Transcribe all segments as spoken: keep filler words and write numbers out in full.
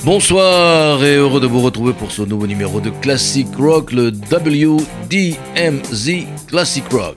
Bonsoir et heureux de vous retrouver pour ce nouveau numéro de Classic Rock, le W D M Z Classic Rock.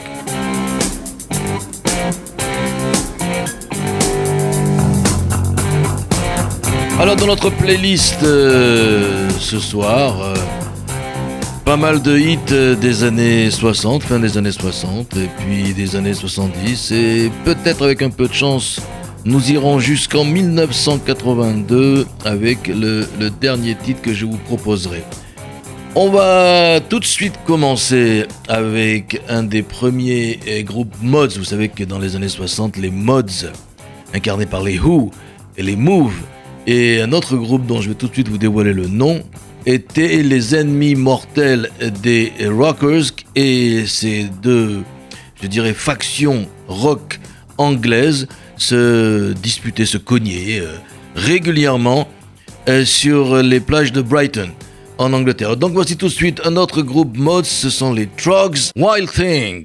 Alors dans notre playlist euh, ce soir, euh, pas mal de hits des années soixante, fin des années soixante et puis des années soixante-dix et peut-être avec un peu de chance nous irons jusqu'en dix-neuf cent quatre-vingt-deux avec le, le dernier titre que je vous proposerai. On va tout de suite commencer avec un des premiers groupes mods. Vous savez que dans les années soixante, les mods, incarnés par les Who et les Move, et un autre groupe dont je vais tout de suite vous dévoiler le nom, étaient les ennemis mortels des rockers, et ces deux, je dirais, factions rock anglaises se disputer, se cogner euh, régulièrement euh, sur les plages de Brighton en Angleterre. Donc voici tout de suite un autre groupe mods, ce sont les Troggs, Wild Thing.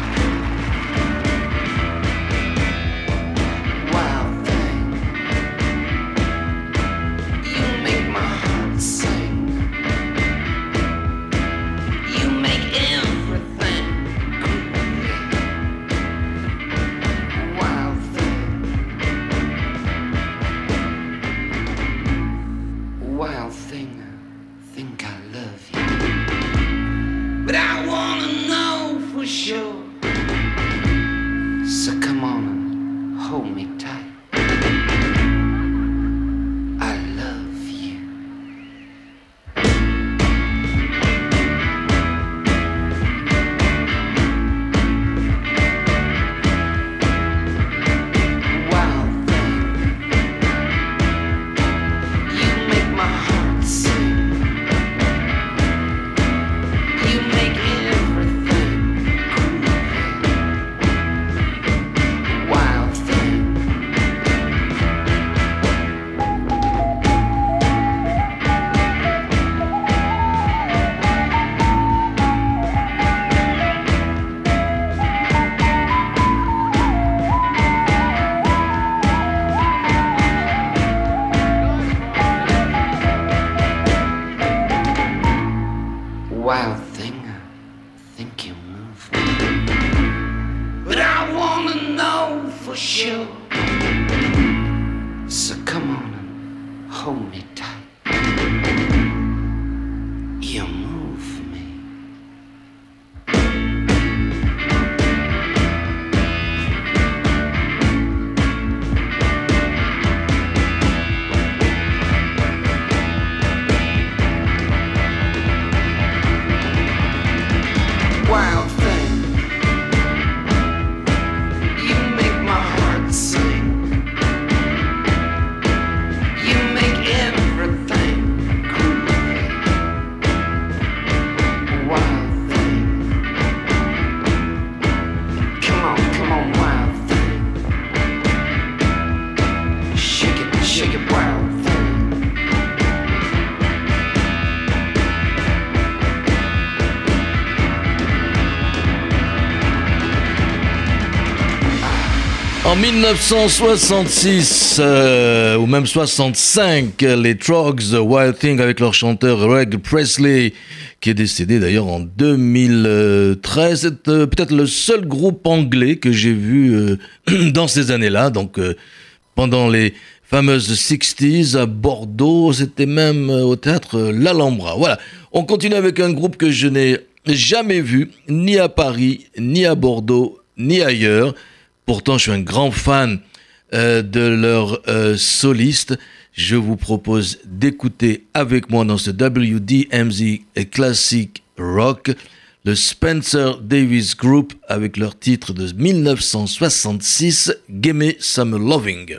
En dix-neuf cent soixante-six, euh, ou même soixante-cinq, les Troggs, Wild Thing, avec leur chanteur Greg Presley, qui est décédé d'ailleurs en deux mille treize. C'est euh, peut-être le seul groupe anglais que j'ai vu euh, dans ces années-là, donc euh, pendant les fameuses sixties à Bordeaux, c'était même euh, au théâtre L'Alhambra. Voilà, on continue avec un groupe que je n'ai jamais vu, ni à Paris, ni à Bordeaux, ni ailleurs. Pourtant, je suis un grand fan euh, de leur euh, soliste. Je vous propose d'écouter avec moi dans ce W D M Z Classic Rock le Spencer Davis Group avec leur titre de dix-neuf cent soixante-six, Gimme Some Loving.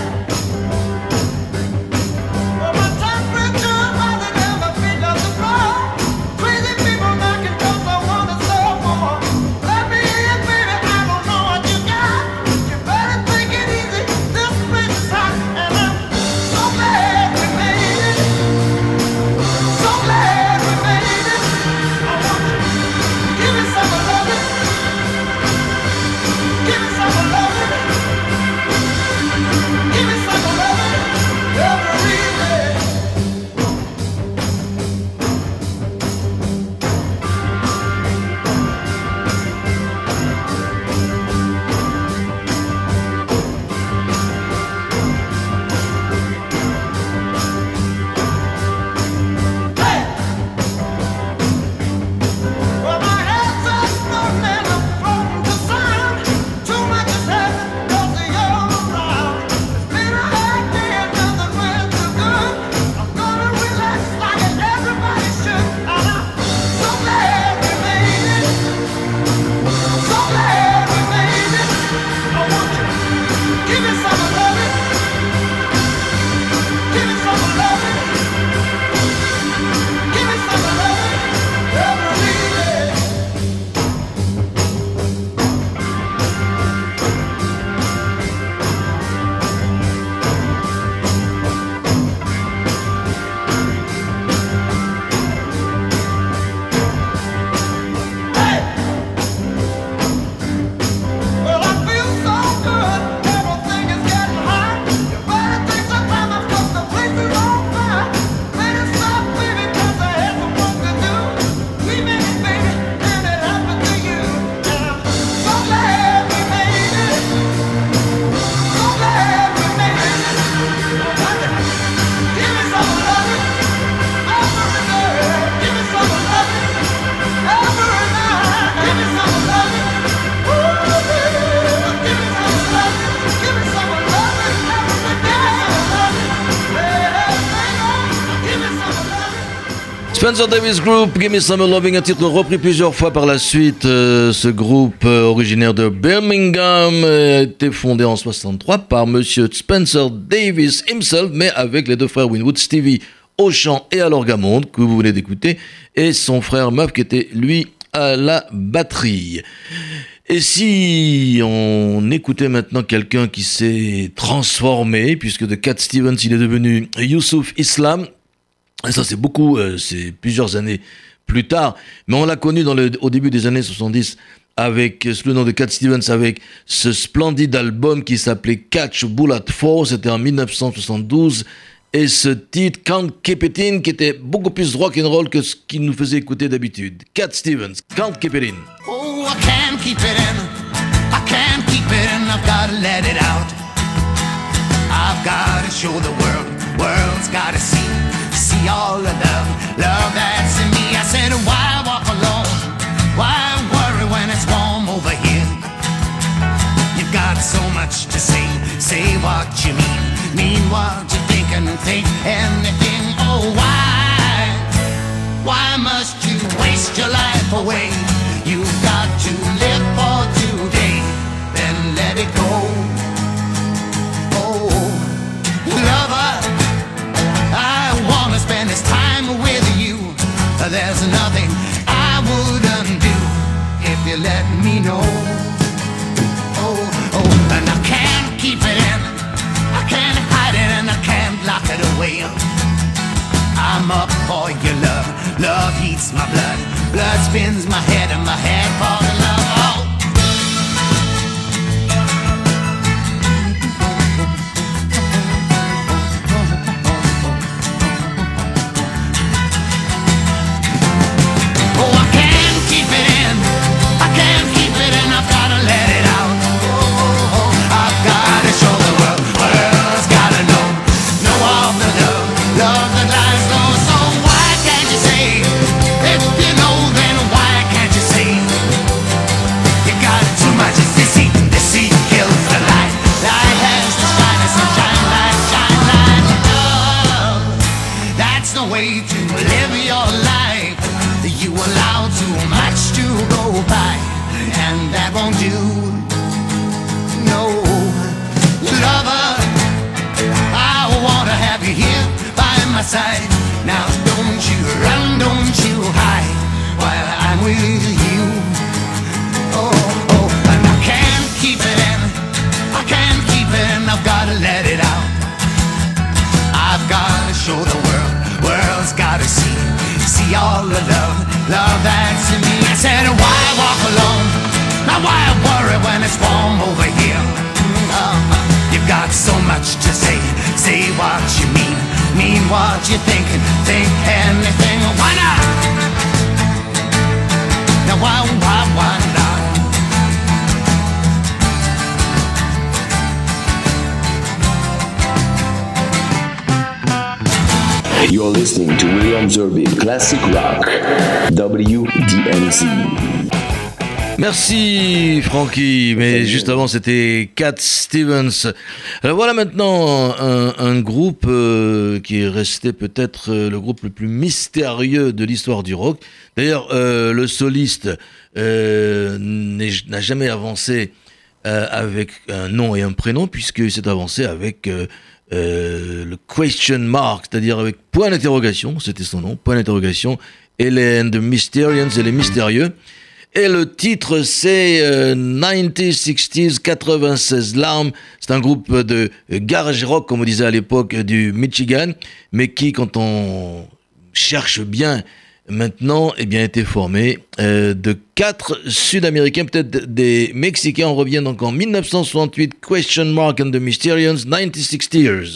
Well, my temperature, I never feel the surprise. Spencer Davis Group, Give Me Some Loving, un titre repris plusieurs fois par la suite. Euh, ce groupe euh, originaire de Birmingham euh, a été fondé en soixante-trois par Monsieur Spencer Davis himself, mais avec les deux frères Winwood, Stevie au chant et à l'orgamonde que vous venez d'écouter, et son frère Muff qui était lui à la batterie. Et si on écoutait maintenant quelqu'un qui s'est transformé, puisque de Cat Stevens il est devenu Youssouf Islam. Et ça, c'est beaucoup, euh, c'est plusieurs années plus tard. Mais on l'a connu dans le, au début des années soixante-dix avec, sous le nom de Cat Stevens, avec ce splendide album qui s'appelait Catch Bullet four. C'était en dix-neuf cent soixante-douze. Et ce titre, Can't Keep It In, qui était beaucoup plus rock'n'roll que ce qu'il nous faisait écouter d'habitude. Cat Stevens, Can't Keep It In. Oh, I can't keep it in. I can't keep it in. I've got to let it out. I've got to show the world. World's got to see. See all the love, love that's in me. I said, why walk alone? Why worry when it's warm over here? You've got so much to say, say what you mean, mean what you think and think anything. Oh, why, why must you waste your life away? You've got to live for today, then let it go. Oh, lover, spend this time with you. There's nothing I wouldn't do if you let me know. Oh, oh, and I can't keep it in. I can't hide it and I can't lock it away. I'm up for your love. Love heats my blood. Blood spins my head and my head falls in love. Oh. Side. Now don't you run, don't you hide while I'm with you. Oh, oh, and I can't keep it in, I can't keep it in, I've got to let it out. I've got to show the world, world's got to see, see all the love, love that's in me. I said, why walk alone? Now why worry when it's warm over here? Uh, you've got so much to say, say what you mean. Mean what you're thinking, think anything. Why not? Now why, why, why not? You're listening to William Zerby Classic Rock, W D M Z. Merci Francky, mais juste avant c'était Cat Stevens. Alors voilà maintenant un, un groupe euh, qui est resté peut-être euh, le groupe le plus mystérieux de l'histoire du rock. D'ailleurs euh, le soliste euh, n'a jamais avancé euh, avec un nom et un prénom puisqu'il s'est avancé avec euh, euh, le question mark, c'est-à-dire avec point d'interrogation, c'était son nom, point d'interrogation, et les The Mysterians et les mystérieux. Et le titre, c'est euh, nineteen sixties, quatre-vingt-seize larmes. C'est un groupe de garage rock, comme on disait à l'époque, du Michigan, mais qui, quand on cherche bien maintenant, eh bien, était formé euh, de quatre Sud-Américains, peut-être des Mexicains. On revient donc en dix-neuf cent soixante-huit, Question Mark and the Mysterians, ninety-six Tears.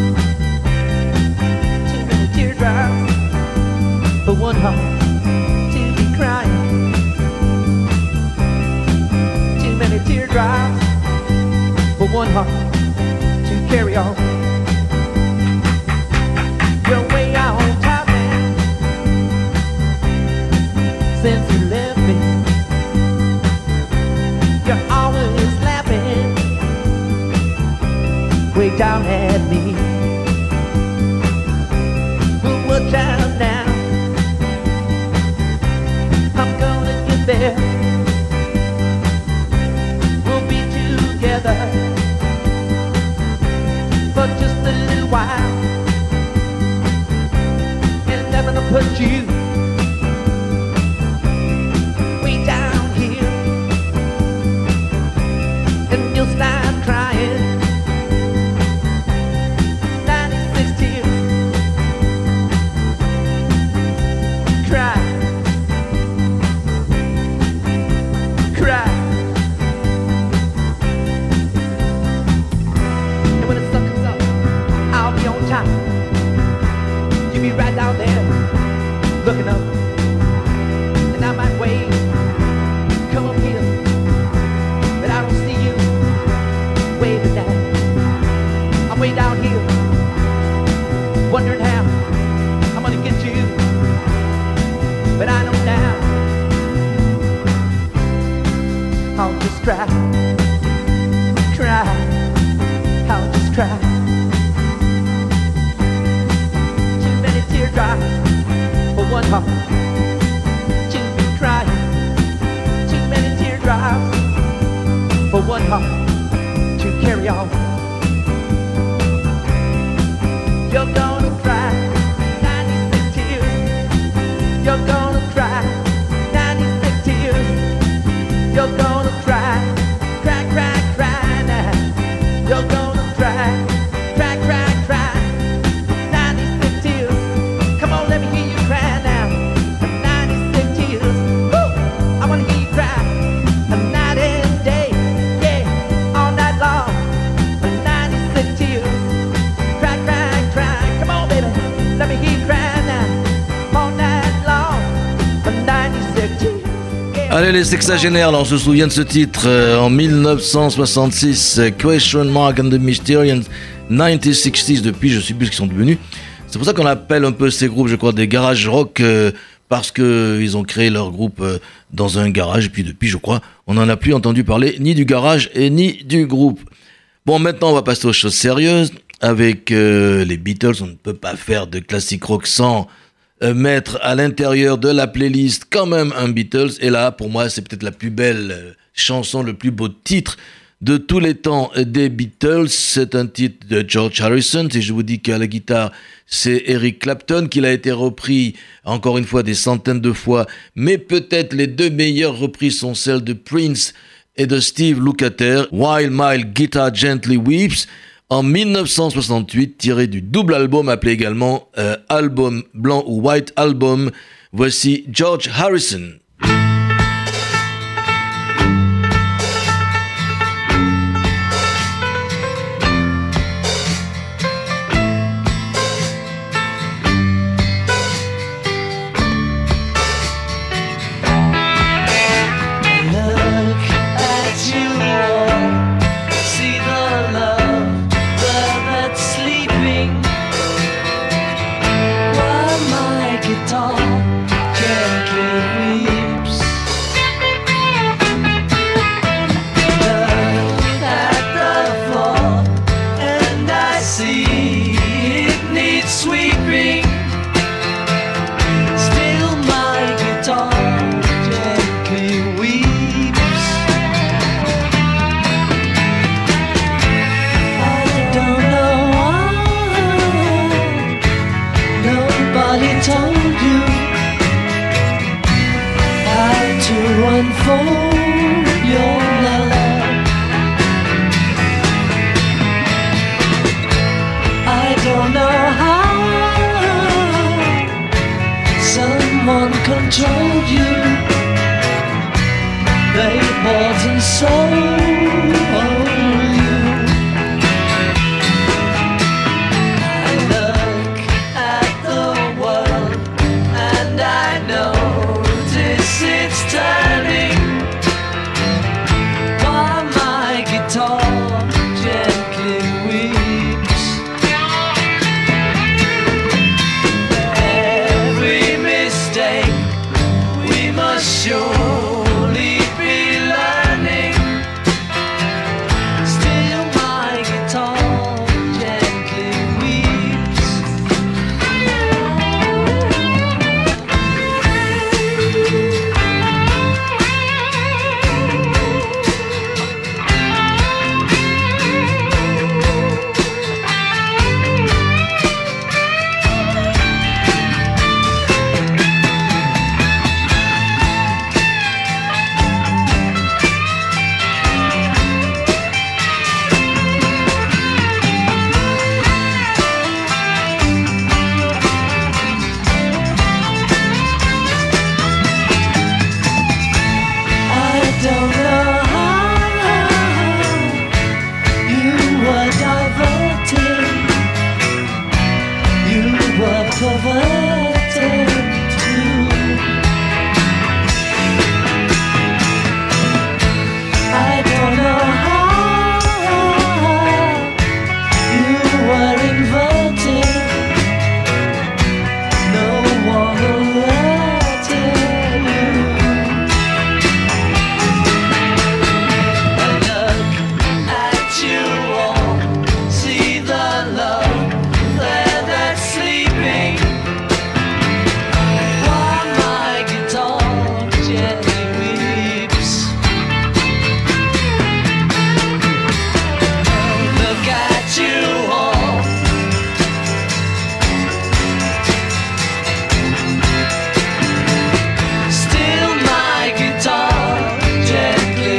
Teardrops for one heart to carry on. You're way out on top, man, since you left me. You're always laughing way down at me. I'm gonna put you way down here, and you'll start crying. ninety-six tears. Cry. Cry. And when the sun comes up, I'll be on top. You be right down there, looking up. And I might wave, come up here, but I don't see you waving now. I'm way down here, wondering how I'm gonna get you, but I know now I'll just cry, cry, I'll just cry. Too many teardrops for one heart to be crying. Too many teardrops for one heart to carry on. You're gonna cry ninety-six tears. You're gonna cry ninety-six tears. You're gonna cry, cry, cry, cry now. You're gonna cry, cry, cry, cry. ninety-six tears. Come on, let me hear you cry now. ninety-six tears. Woo! I wanna hear you cry. A night and day, yeah, all night long. ninety-six tears. Cry, cry, cry. Come on, baby, let me hear you cry now. All night long. ninety-six tears. Allez les sexagénaires, là on se souvient de ce titre euh, en dix-neuf cent soixante-six, euh, Question Mark and the Mysterians dix-neuf cent soixante, depuis je sais plus ce qu'ils sont devenus. C'est pour ça qu'on appelle un peu ces groupes, je crois, des garage rock, euh, parce qu'ils ont créé leur groupe euh, dans un garage, et puis depuis je crois, on n'en a plus entendu parler ni du garage et ni du groupe. Bon, maintenant on va passer aux choses sérieuses, avec euh, les Beatles. On ne peut pas faire de classique rock sans Euh, mettre à l'intérieur de la playlist quand même un Beatles, et là pour moi c'est peut-être la plus belle euh, chanson, le plus beau titre de tous les temps des Beatles. C'est un titre de George Harrison, et je vous dis qu'à la guitare c'est Eric Clapton, qu'il a été repris encore une fois des centaines de fois, mais peut-être les deux meilleures reprises sont celles de Prince et de Steve Lukather, While My Guitar Gently Weeps, en dix-neuf cent soixante-huit, tiré du double album appelé également euh, Album Blanc ou White Album. Voici George Harrison. Controlled you, they bought and sold you. I look at the world and I notice it's turning, while my guitar gently weeps. Every mistake we must surely be learning, perverted too. I don't know how you were invented. No one alerted you. I look at you all, see the love there that's sleeping. While my guitar gently weeps. Look at you all. Still my guitar gently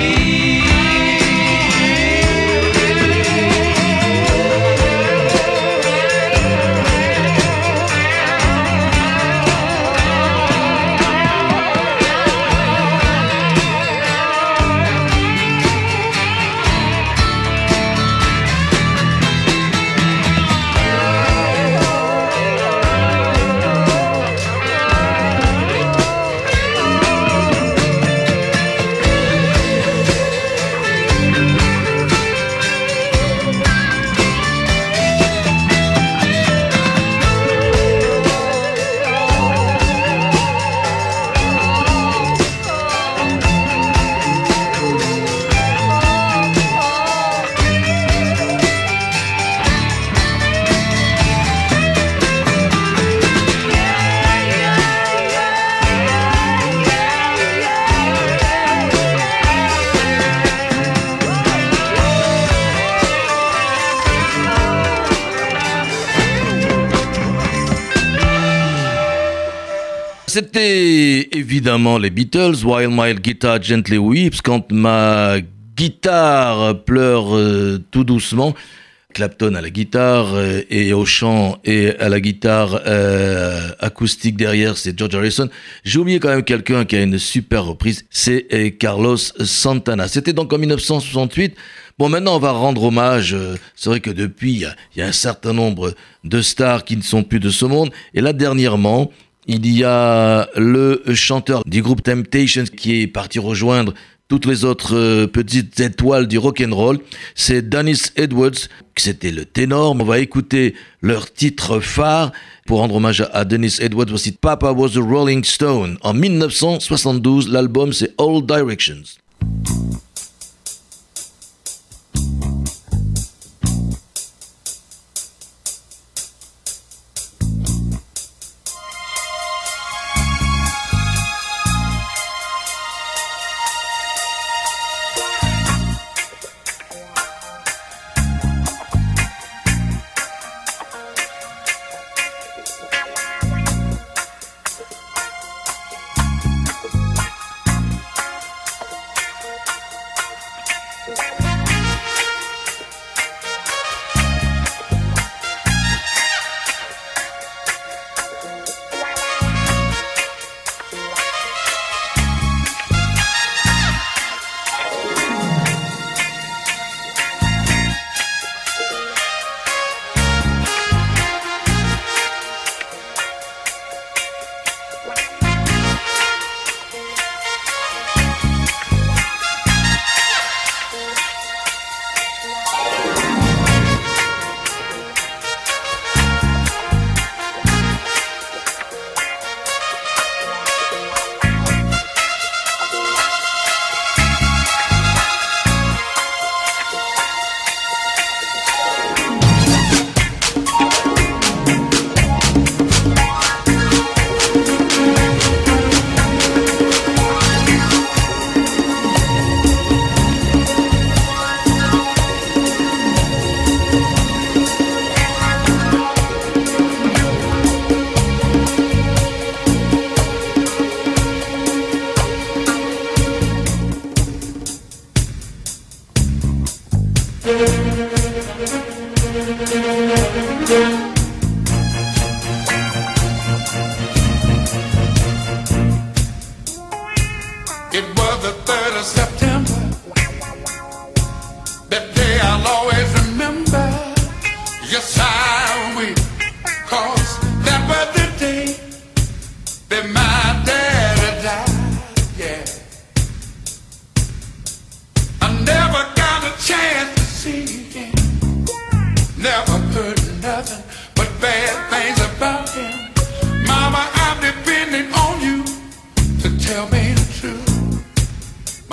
C'était évidemment les Beatles, While My Guitar Gently Weeps, quand ma guitare pleure euh, tout doucement. Clapton à la guitare euh, et au chant et à la guitare euh, acoustique derrière, c'est George Harrison. J'ai oublié quand même quelqu'un qui a une super reprise, c'est euh, Carlos Santana. C'était donc en dix-neuf cent soixante-huit. Bon, maintenant on va rendre hommage. Euh, c'est vrai que depuis, il y, y a un certain nombre de stars qui ne sont plus de ce monde. Et là, dernièrement, il y a le chanteur du groupe Temptations qui est parti rejoindre toutes les autres euh, petites étoiles du rock'n'roll. C'est Dennis Edwards, c'était le ténor. On va écouter leur titre phare pour rendre hommage à, à Dennis Edwards. Voici Papa Was a Rolling Stone. En dix-neuf cent soixante-douze, l'album c'est All Directions. It was the third of September. That day I'll always remember. Yes, I will. 'Cause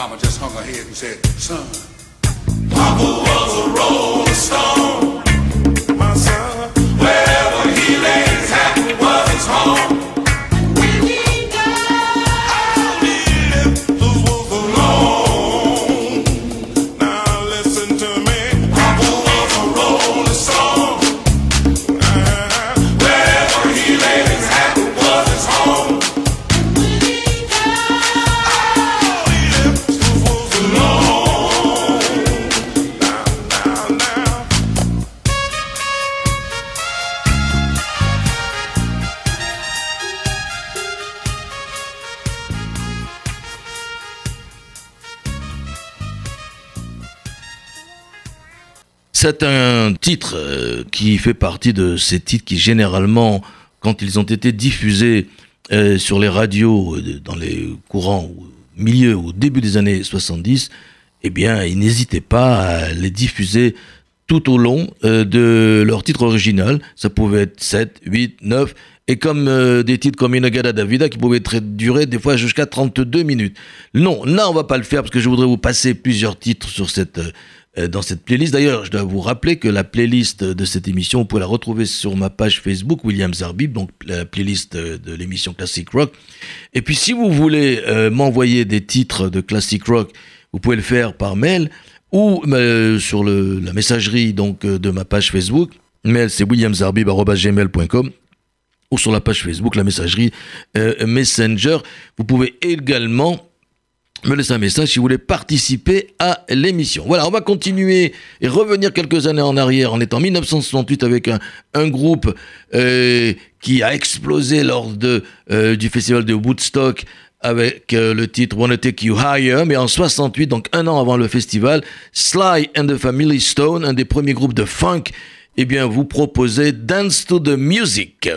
mama just hung her head and said, son, Papa was a rolling stone. My son, wherever he laid his hat was his home. When he died, all he left was alone. Now listen to me. Papa was a rolling stone. Uh, wherever he laid his hat was his home. When he died, all he left was alone. Now, now, now. C'est un titre euh, qui fait partie de ces titres qui, généralement, quand ils ont été diffusés euh, sur les radios, euh, dans les courants, au milieu, au début des années soixante-dix, eh bien, ils n'hésitaient pas à les diffuser tout au long euh, de leur titre original. Ça pouvait être sept, huit, neuf, et comme euh, des titres comme Inagada Davida qui pouvaient très- durer des fois jusqu'à trente-deux minutes. Non, là on va pas le faire parce que je voudrais vous passer plusieurs titres sur cette, euh, dans cette playlist. D'ailleurs, je dois vous rappeler que la playlist de cette émission, vous pouvez la retrouver sur ma page Facebook, William Zarbib, donc la playlist de, de l'émission Classic Rock. Et puis si vous voulez euh, m'envoyer des titres de Classic Rock, vous pouvez le faire par mail ou euh, sur le, la messagerie donc, euh, de ma page Facebook. Mail, c'est william zarbib arobase gmail point com ou sur la page Facebook, la messagerie euh, Messenger. Vous pouvez également me laisser un message si vous voulez participer à l'émission. Voilà, on va continuer et revenir quelques années en arrière. On est en dix-neuf cent soixante-huit avec un, un groupe euh, qui a explosé lors de, euh, du festival de Woodstock avec euh, le titre Wanna Take You Higher, mais en soixante-huit, donc un an avant le festival, Sly and the Family Stone, un des premiers groupes de funk, eh bien, vous proposez Dance to the Music.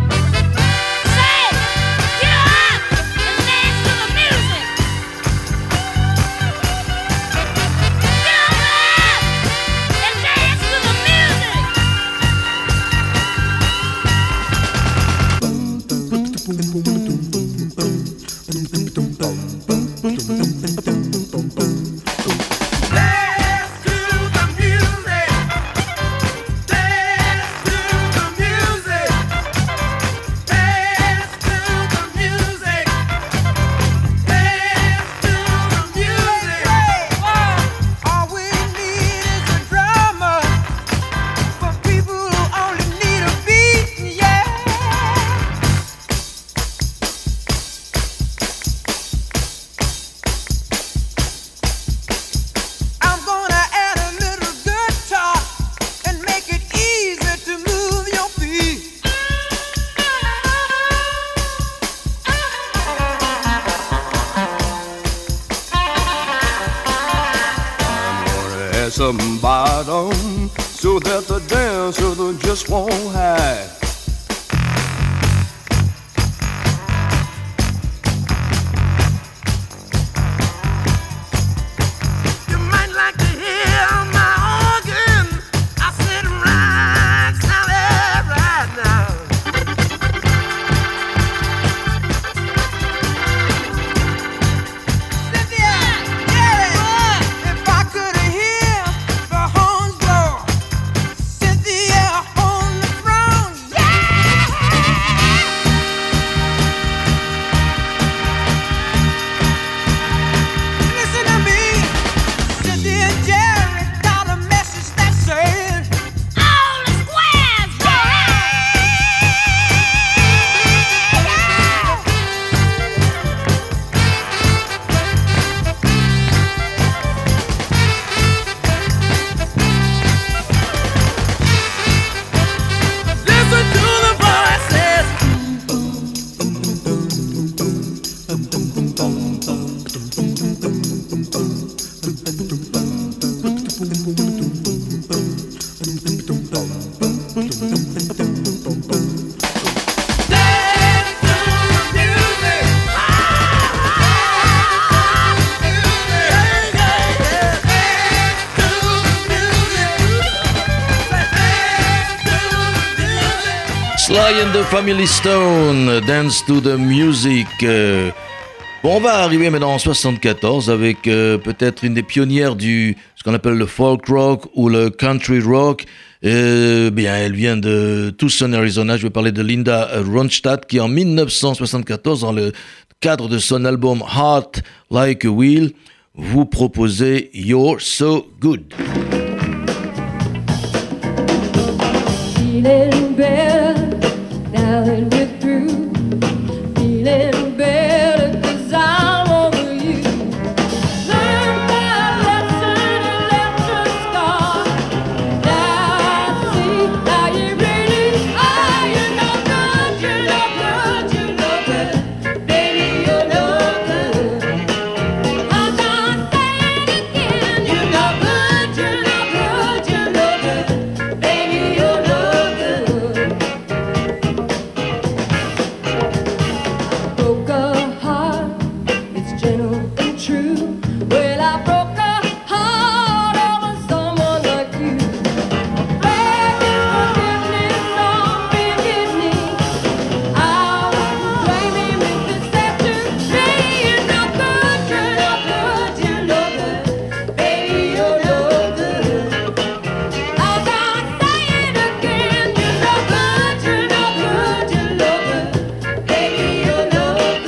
Some bottom so that the dancer just won't hide. You might like to hear my organ. I said right, sound it right now. Cynthia, yeah, if I could hear the horns blow, Cynthia on the throne, yeah. Listen to me, Cynthia and Jerry got a message that says all the squares, listen to the voices. Dance to the music. Sly and the Family Stone, Dance to the Music. Euh, Bon, on va arriver maintenant en soixante-quatorze avec euh, peut-être une des pionnières du ce qu'on appelle le folk rock ou le country rock. Euh, bien, elle vient de Tucson, Arizona. Je vais parler de Linda Ronstadt qui en dix-neuf cent soixante-quatorze, dans le cadre de son album Heart Like a Wheel, vous proposez You're So Good. Feeling better now that we're through. Feeling better 'cause I'm over you. Learned my lesson and left a scar. Now I see how you really are. You're no good, you're no good, you're no good. Baby, you're no good. I'm gonna say it again. You're no good, you're no good, you're no good. Baby, you're no good. Broke a heart, it's gentle and true. Well, I broke a heart over someone like you. Beg forgiveness on bended knee. I wouldn't blame him if he said to me, you're no good, you're no good, you're no good. Baby, you're no good. I'm gonna say it again. You're no good, you're no good, you're no good. Baby, you're no good.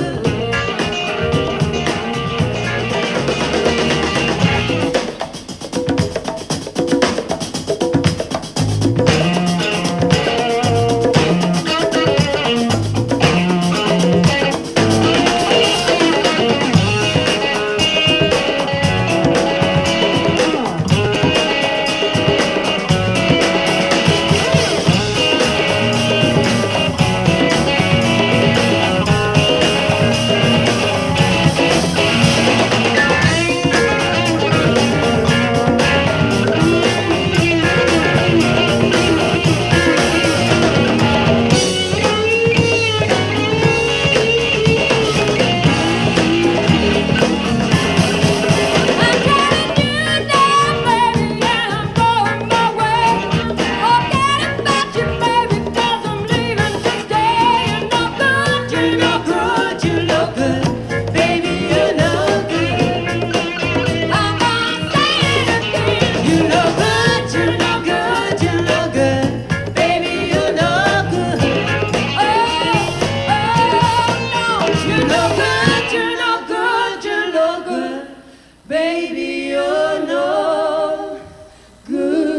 I'm telling you now, baby, and I'm going my way. Forget about you, baby, 'cause I'm leaving to stay. You're no good, you're no good, you're no good. Baby, you're no good. I'm gonna say it again. You're no good, you're no good, you're no good. Baby, you're no good. Oh, oh, no, you're no good, you're no good, you're no good. Baby, you're no good.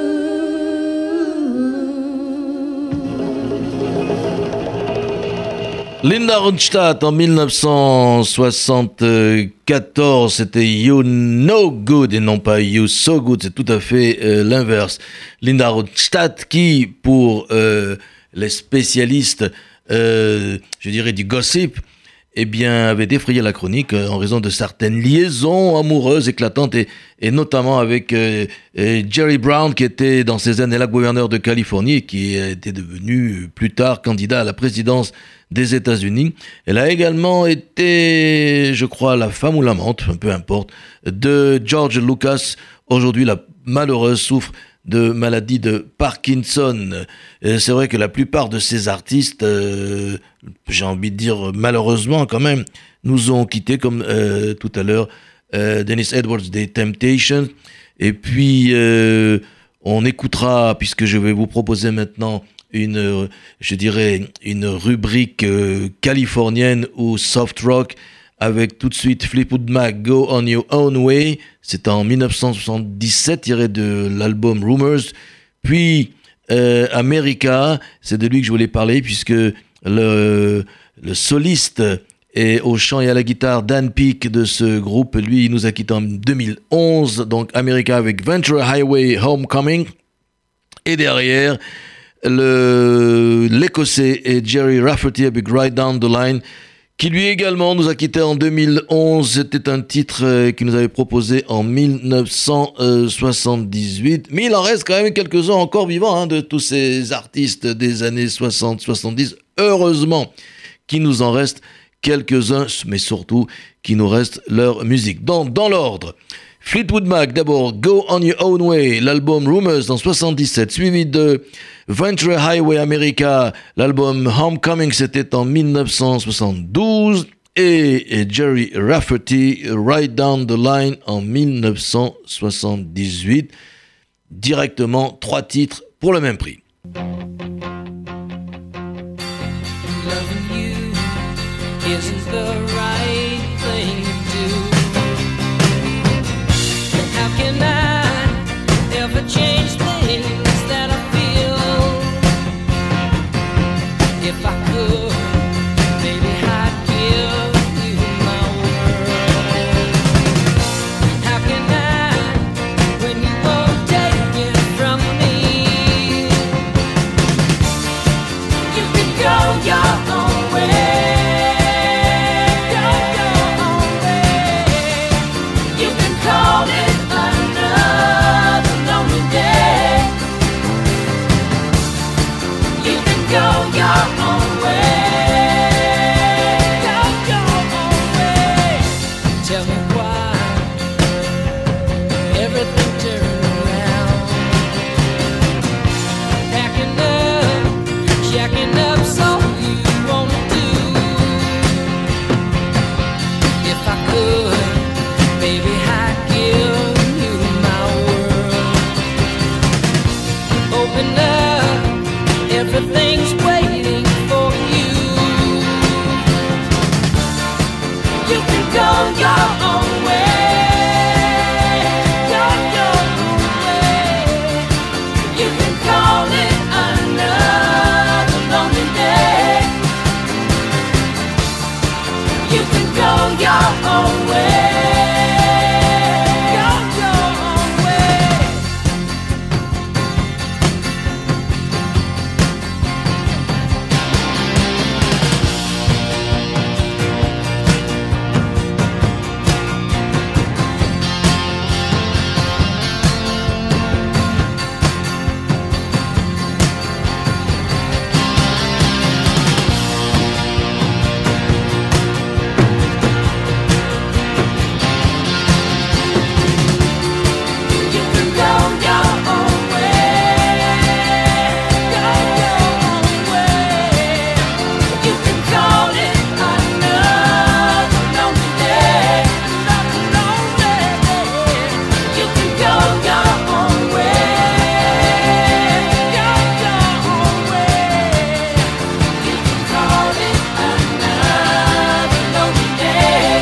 Linda Ronstadt en dix-neuf cent soixante-quatorze, c'était You No Good et non pas You So Good, c'est tout à fait euh, l'inverse. Linda Ronstadt qui, pour euh, les spécialistes, euh, je dirais du gossip, eh bien, avait défrayé la chronique euh, en raison de certaines liaisons amoureuses éclatantes et, et notamment avec euh, euh, Jerry Brown qui était dans ces années-là gouverneur de Californie et qui était devenu plus tard candidat à la présidence des États-Unis. Elle a également été, je crois, la femme ou l'amante, peu importe, de George Lucas. Aujourd'hui, la malheureuse souffre de maladie de Parkinson. Et c'est vrai que la plupart de ces artistes, euh, j'ai envie de dire malheureusement quand même, nous ont quittés, comme euh, tout à l'heure euh, Dennis Edwards des Temptations. Et puis euh, on écoutera, puisque je vais vous proposer maintenant une, euh, je dirais, une rubrique euh, californienne ou soft rock, avec tout de suite Fleetwood Mac, Go On Your Own Way. C'est en dix-neuf cent soixante-dix-sept, tiré de l'album Rumors. Puis euh, America, c'est de lui que je voulais parler, puisque le, le soliste et au chant et à la guitare Dan Peake de ce groupe, lui, il nous a quittés en deux mille onze. Donc America avec Ventura Highway Homecoming. Et derrière, le, l'Écossais et Jerry Rafferty avec Right Down the Line, qui lui également nous a quittés en deux mille onze. C'était un titre euh, qu'il nous avait proposé en dix-neuf cent soixante-dix-huit. Mais il en reste quand même quelques-uns encore vivants, hein, de tous ces artistes des années soixante soixante-dix. Heureusement qu'il nous en reste quelques-uns, mais surtout qu'il nous reste leur musique. Dans, dans l'ordre, Fleetwood Mac, d'abord Go On Your Own Way, l'album Rumors en soixante-dix-sept, suivi de Ventura Highway America, l'album Homecoming, c'était en dix-neuf cent soixante-douze. et, et Jerry Rafferty, Right Down the Line en dix-neuf cent soixante-dix-huit. Directement, trois titres pour le même prix. Loving you isn't the right thing to do. And how can I ever change things that I feel? If I could, maybe I'd give you my world. How can I, when you won't take it from me? You can go your own way. Go your own way. You can call it another lonely day. You can go your own way. Go your own way. Tell me why everything turned around. Packing up, checking up, so you wanna do. If I could, baby, I'd give you my world. Open up, everything's waiting for you. You can go your own way. Go your own way. You can call it another lonely day. You can go your own way. Go your own way. You can go your own way. Go your own way. You can call it another lonely day. Another lonely day. You can go your own way. Go your own way. You can call it another lonely day.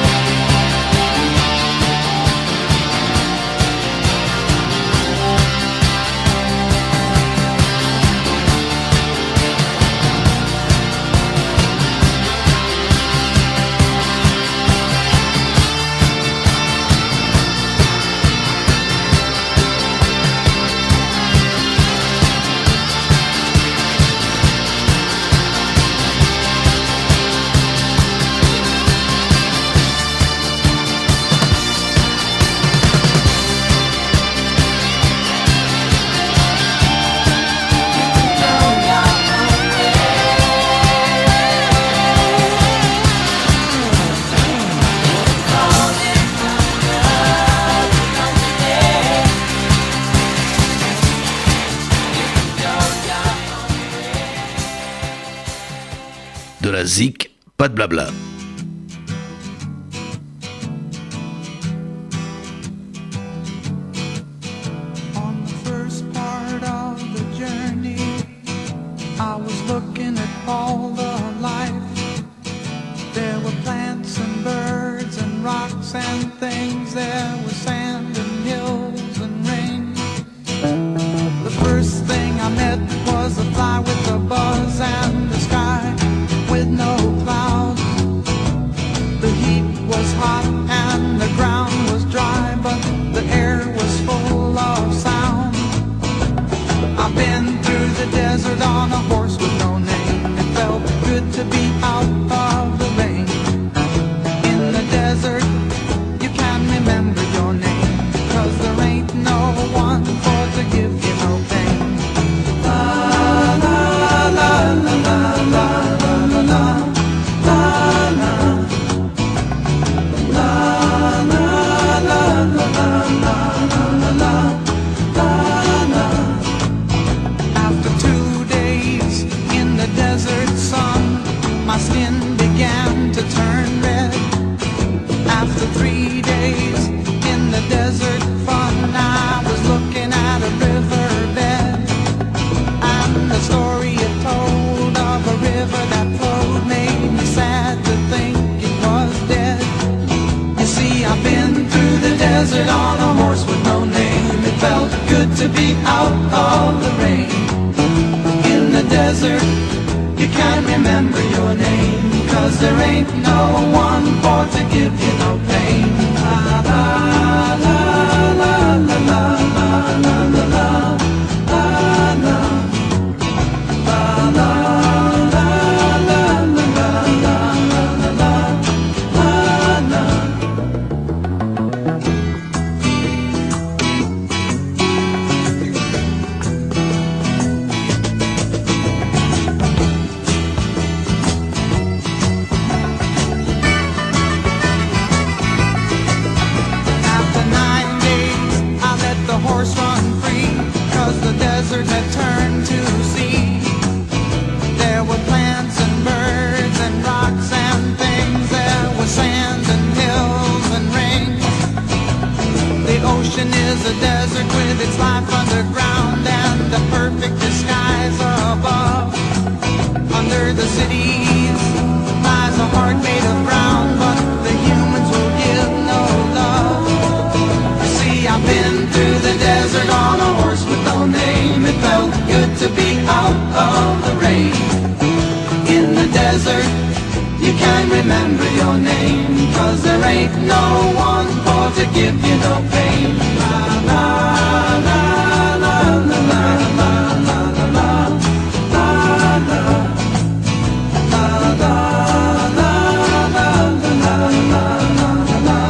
De la zik, pas de blabla. On the first part of the journey, I was looking at all the life. There were plants and birds and rocks and things. There was sand and hills and rain. The first thing I met was a fly with a buzz and the sky with no clouds. The heat was hot and the ground was dry, but the air was full of sound. I've been through the desert on a horse with no name. It felt good to be out of the rain. In the desert, you can't to be out of the rain. In the desert, you can't remember your name, 'cause there ain't no one for to give you no pain. La la la la la la la la la la la la la la la la la la. Horse run free, 'cause the desert had turned to sea. There were plants and birds and rocks and things. There was sand and hills and rings. The ocean is a desert with its life underground and a perfect disguise above. Under the cities lies a heart made of brown, but the humans will give no love. You see, I've been through the desert on a horse with no name. It felt good to be out of the rain. In the desert, you can't remember your name, 'cause there ain't no one for to give you no pain. La la la la la la la la la la la la la la la la la la.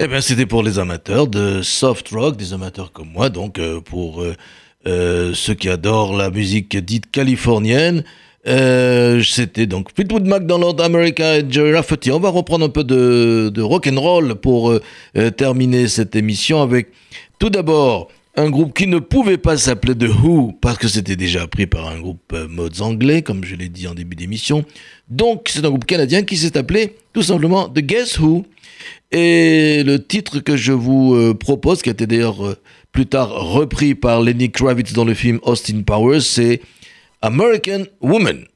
Eh bien, c'était pour les amateurs de soft rock, des amateurs comme moi, donc euh, pour euh, euh, ceux qui adorent la musique dite californienne. Euh, c'était donc Fleetwood Mac dans North America et Jerry Rafferty. On va reprendre un peu de, de rock and roll pour euh, euh, terminer cette émission avec tout d'abord un groupe qui ne pouvait pas s'appeler The Who parce que c'était déjà pris par un groupe euh, mods anglais, comme je l'ai dit en début d'émission. Donc c'est un groupe canadien qui s'est appelé tout simplement The Guess Who. Et le titre que je vous euh, propose, qui a été d'ailleurs euh, plus tard repris par Lenny Kravitz dans le film Austin Powers, c'est American Woman.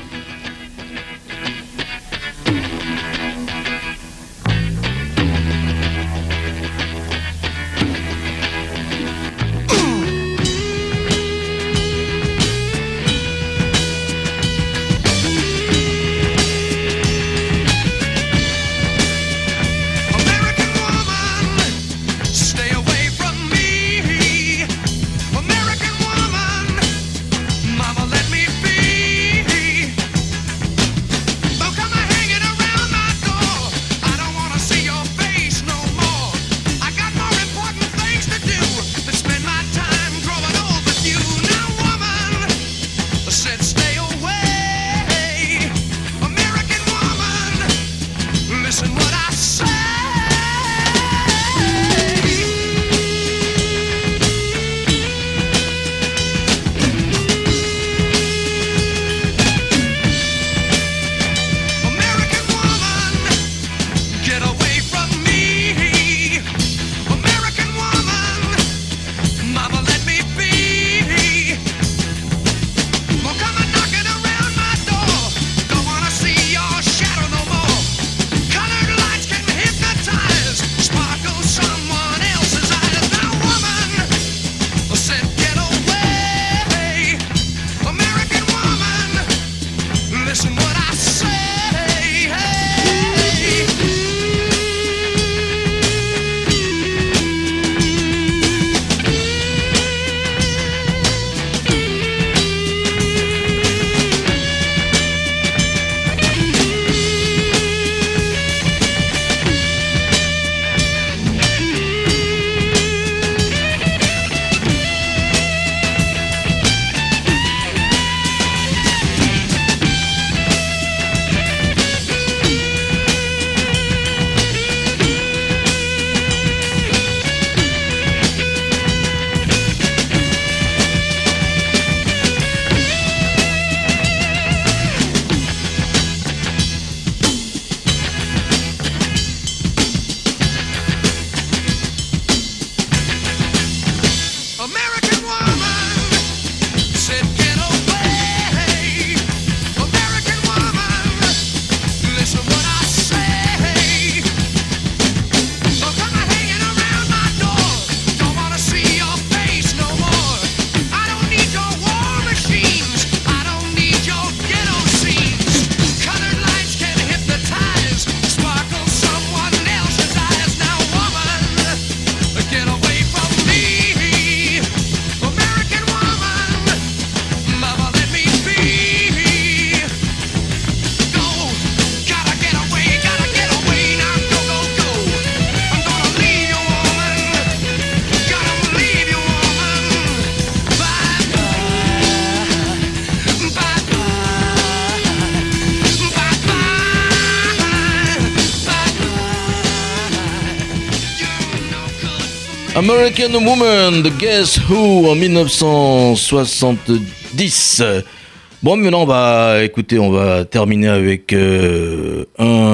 American Woman de Guess Who en dix-neuf cent soixante-dix. Bon, maintenant on va écouter, on va terminer avec euh,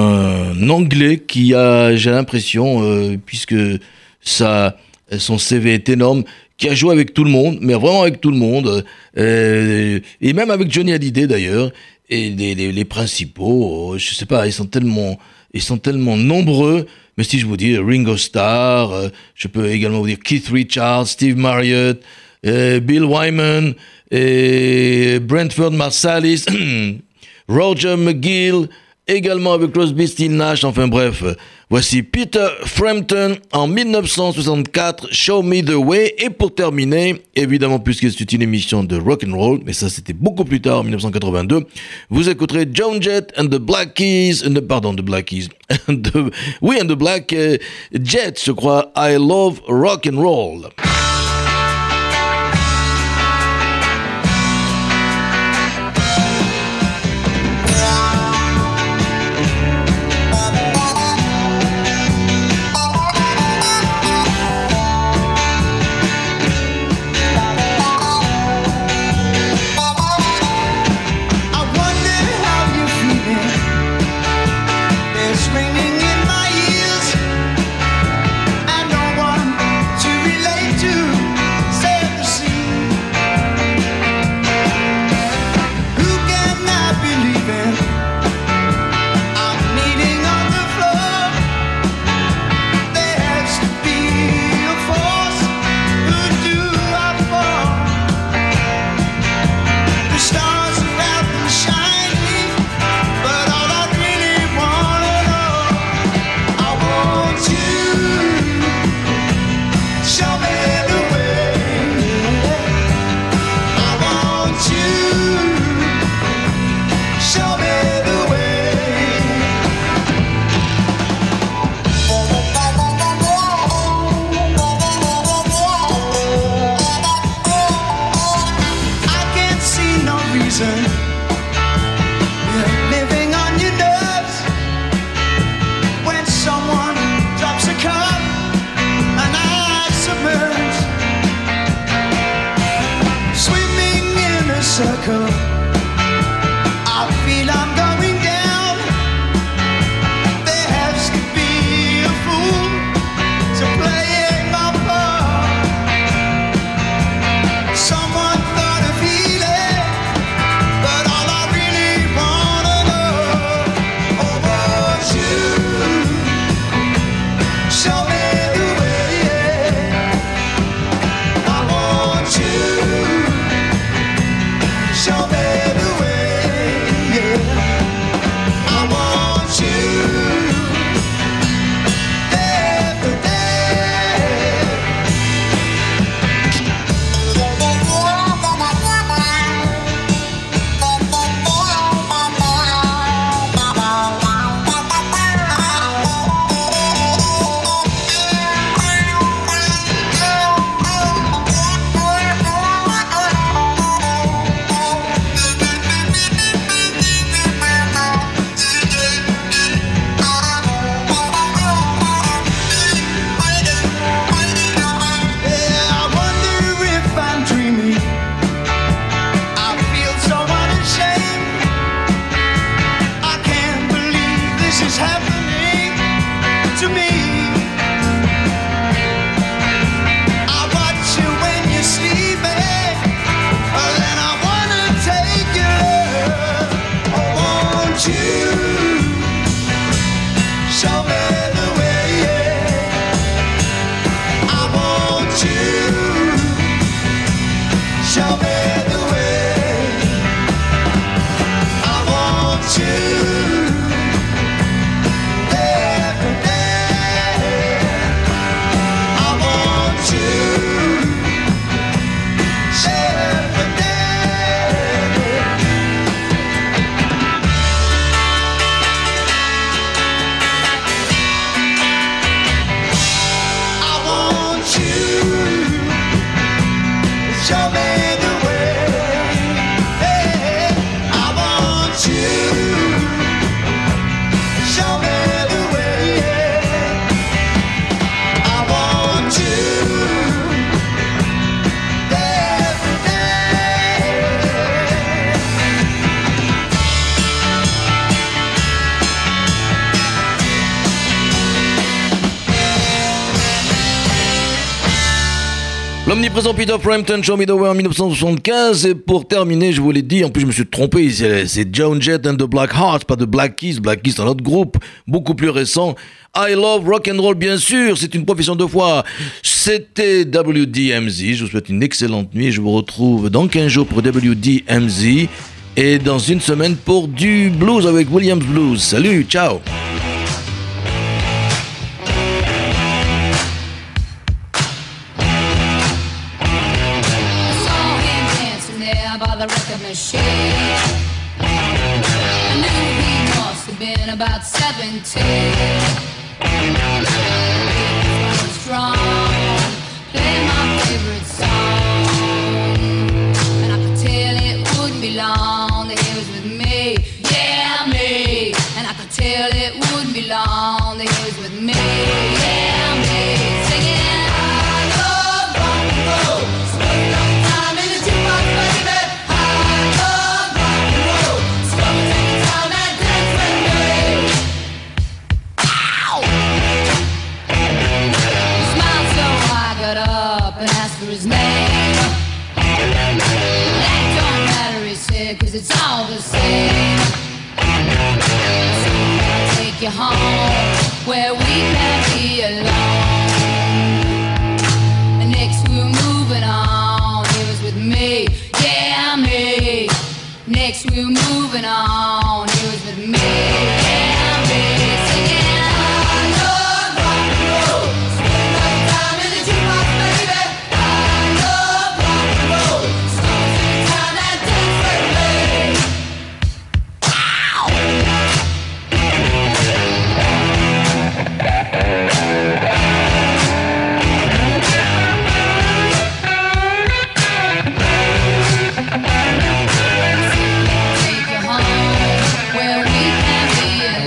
un Anglais qui a, j'ai l'impression, euh, puisque ça, son C V est énorme, qui a joué avec tout le monde, mais vraiment avec tout le monde, euh, et même avec Johnny Hallyday d'ailleurs, et les, les, les principaux, je sais pas, ils sont tellement, ils sont tellement nombreux. Mais si je vous dis Ringo Starr, euh, je peux également vous dire Keith Richards, Steve Marriott, euh, Bill Wyman, et Brentford Marsalis, Roger McGill, également avec Crosby, Stills, Nash, enfin bref, Voici Peter Frampton en dix-neuf cent soixante-quatre, Show Me the Way. Et pour terminer, évidemment, puisque c'est une émission de rock'n'roll, mais ça c'était beaucoup plus tard, en dix-neuf cent quatre-vingt-deux, vous écouterez Joan Jett and the Black Keys, euh, pardon, the Black Keys, the, oui, and the Black euh, Jets, je crois, I Love Rock'n'Roll. Ringing in my ears, and no one to relate L'omniprésent Peter Frampton, Show Me the Way en dix-neuf cent soixante-quinze. Et pour terminer, je vous l'ai dit, en plus je me suis trompé, c'est, c'est Joan Jett and the Black Hearts, pas de Black Keys. Black Keys c'est un autre groupe, beaucoup plus récent. I love rock'n'roll, bien sûr, c'est une profession de foi. C'était W D M Z, je vous souhaite une excellente nuit. Je vous retrouve dans quinze jours pour W D M Z et dans une semaine pour du blues avec Williams Blues. Salut, ciao. down by the record machine. I knew he must have been about seventeen. He was strong, playing my favorite song, and I could tell it wouldn't be long that he was with me, yeah me. And I could tell it wouldn't be long that he was with me, yeah me. Singing, I love rock and roll, spend no time in the jukebox, baby. I love rock and roll, so come and take your time and dance with me. Ow! He smiled so I got up and asked for his name. That don't matter, he said, 'cause it's all the same. So I'll take you home where we can be alone. And next we were moving on, he was with me, yeah me. Next we were moving on, he was with me, yeah me. Singing, I love rock and roll, spend no time in the jukebox, baby. I love rock and roll, so come and take your time and dance with me. Ow! Take you home where we can be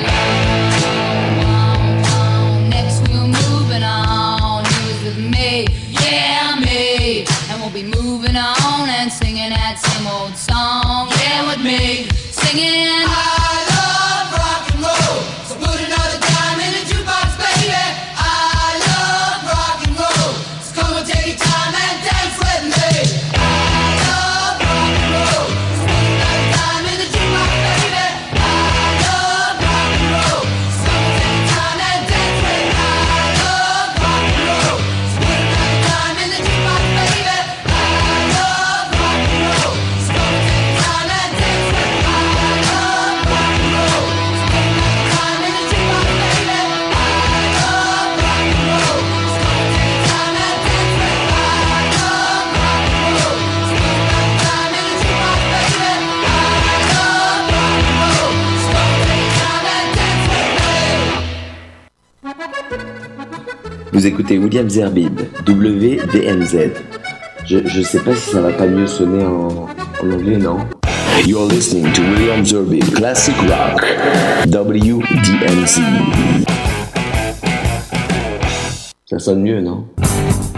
alone. Next we're moving on, he was with me, yeah me. And we'll be moving on and singing that same old song, yeah with me. Singing, I love rock and roll, so put another dime in the jukebox, baby. I love rock and roll, so come and take your time and dance with me. I love rock and roll, so put another dime in the jukebox, baby. I love rock and roll, so come and take your time and dance with me. I love rock and roll, so put another dime in the jukebox, baby. I love rock and roll, so come and take your time and dance with me. I love rock and roll, so put another dime in the jukebox, baby. I love rock and roll, so come and take your time and dance with me. I love rock and roll, so put another dime in the jukebox, baby. I love rock and roll, so come and take your time and dance with me. Vous écoutez William Zerbib, W D M Z. Je, je sais pas si ça va pas mieux sonner en, en anglais, non? You're listening to William Zerbib Classic Rock, W D M Z. Ça sonne mieux, non?